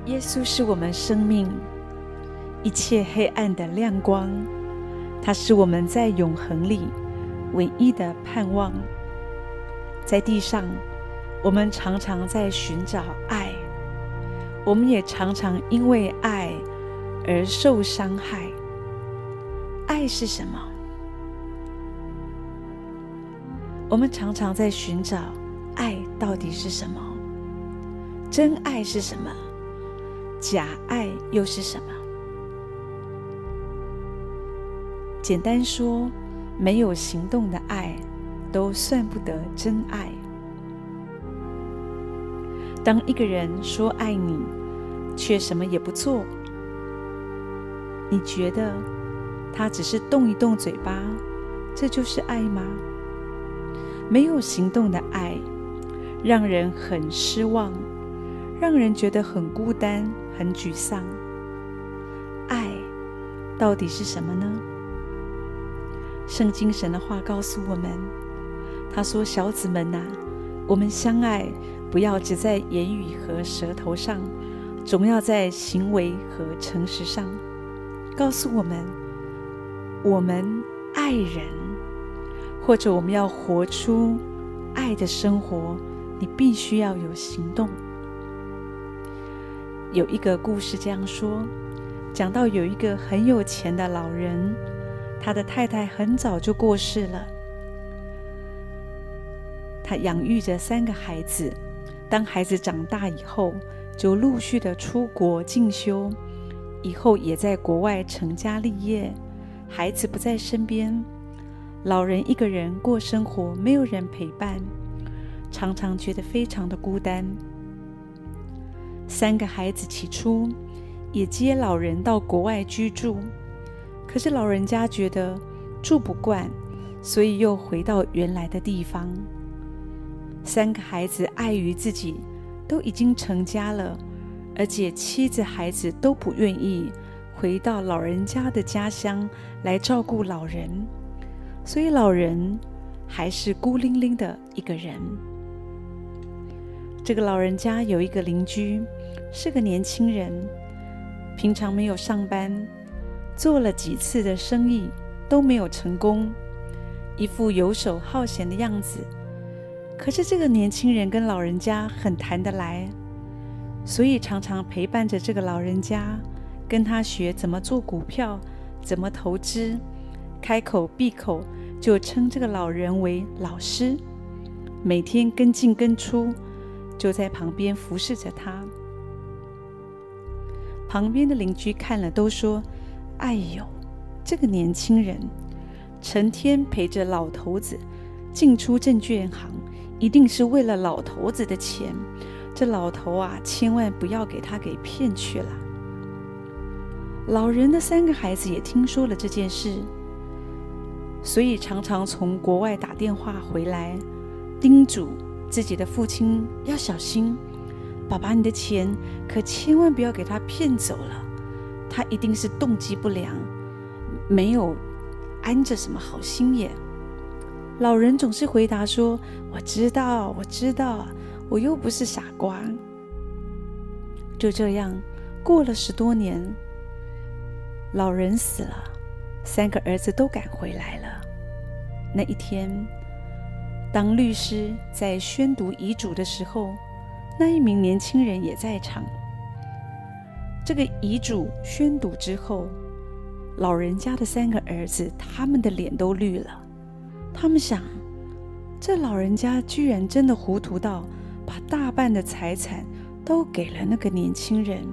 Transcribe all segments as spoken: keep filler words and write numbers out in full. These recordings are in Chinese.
耶稣是我们生命一切黑暗的亮光，他是我们在永恒里唯一的盼望。在地上，我们常常在寻找爱，我们也常常因为爱而受伤害。爱是什么？我们常常在寻找爱到底是什么？真爱是什么？假爱又是什么？简单说，没有行动的爱都算不得真爱。当一个人说爱你，却什么也不做，你觉得他只是动一动嘴巴，这就是爱吗？没有行动的爱让人很失望，让人觉得很孤单，很沮丧。爱到底是什么呢？圣经神的话告诉我们，他说，小子们啊，我们相爱，不要只在言语和舌头上，总要在行为和诚实上。告诉我们，我们爱人，或者我们要活出爱的生活，你必须要有行动。有一个故事这样说，讲到有一个很有钱的老人，他的太太很早就过世了，他养育着三个孩子，当孩子长大以后，就陆续的出国进修，以后也在国外成家立业。孩子不在身边，老人一个人过生活，没有人陪伴，常常觉得非常的孤单。三个孩子起初也接老人到国外居住，可是老人家觉得住不惯，所以又回到原来的地方。三个孩子碍于自己都已经成家了，而且妻子孩子都不愿意回到老人家的家乡来照顾老人，所以老人还是孤零零的一个人。这个老人家有一个邻居，是个年轻人，平常没有上班，做了几次的生意都没有成功，一副游手好闲的样子。可是这个年轻人跟老人家很谈得来，所以常常陪伴着这个老人家，跟他学怎么做股票，怎么投资，开口闭口就称这个老人为老师，每天跟进跟出，就在旁边服侍着他。旁边的邻居看了都说，哎呦，这个年轻人成天陪着老头子进出证券行，一定是为了老头子的钱，这老头啊，千万不要给他给骗去了。老人的三个孩子也听说了这件事，所以常常从国外打电话回来，叮嘱自己的父亲要小心，爸爸你的钱可千万不要给他骗走了，他一定是动机不良，没有安着什么好心眼。老人总是回答说，我知道我知道，我又不是傻瓜。就这样过了十多年，老人死了，三个儿子都赶回来了。那一天，当律师在宣读遗嘱的时候，那一名年轻人也在场。这个遗嘱宣读之后，老人家的三个儿子他们的脸都绿了，他们想，这老人家居然真的糊涂到把大半的财产都给了那个年轻人。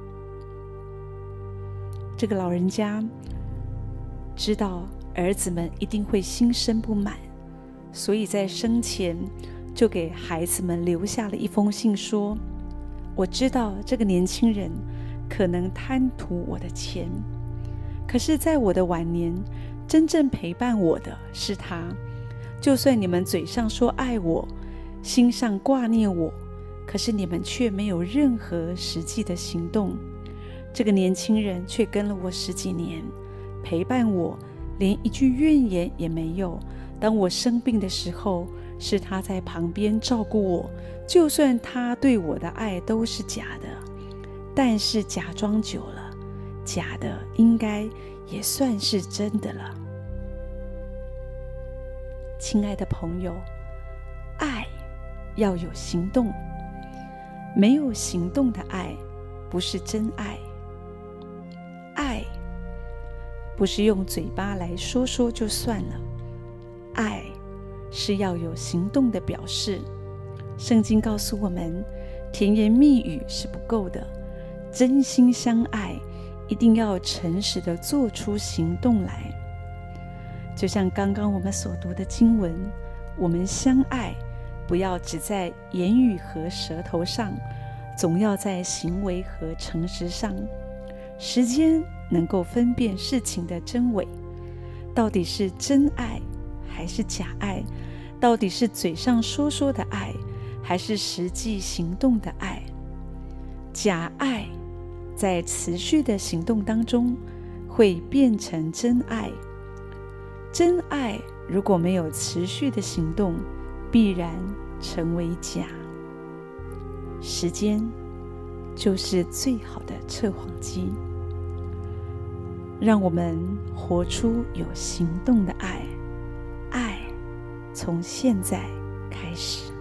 这个老人家知道儿子们一定会心生不满，所以在生前就给孩子们留下了一封信，说，我知道这个年轻人可能贪图我的钱，可是在我的晚年，真正陪伴我的是他。就算你们嘴上说爱我，心上挂念我，可是你们却没有任何实际的行动。这个年轻人却跟了我十几年，陪伴我，连一句怨言也没有。当我生病的时候，是他在旁边照顾我，就算他对我的爱都是假的， 但是假装久了，假的应该也算是真的了。亲爱的朋友，爱要有行动，没有行动的爱不是真爱。爱不是用嘴巴来说说就算了，爱是要有行动的表示。圣经告诉我们，甜言蜜语是不够的，真心相爱一定要诚实的做出行动来。就像刚刚我们所读的经文，我们相爱不要只在言语和舌头上，总要在行为和诚实上。时间能够分辨事情的真伪，到底是真爱还是假爱，到底是嘴上说说的爱还是实际行动的爱。假爱在持续的行动当中会变成真爱，真爱如果没有持续的行动，必然成为假。时间就是最好的测谎机，让我们活出有行动的爱。爱从现在开始。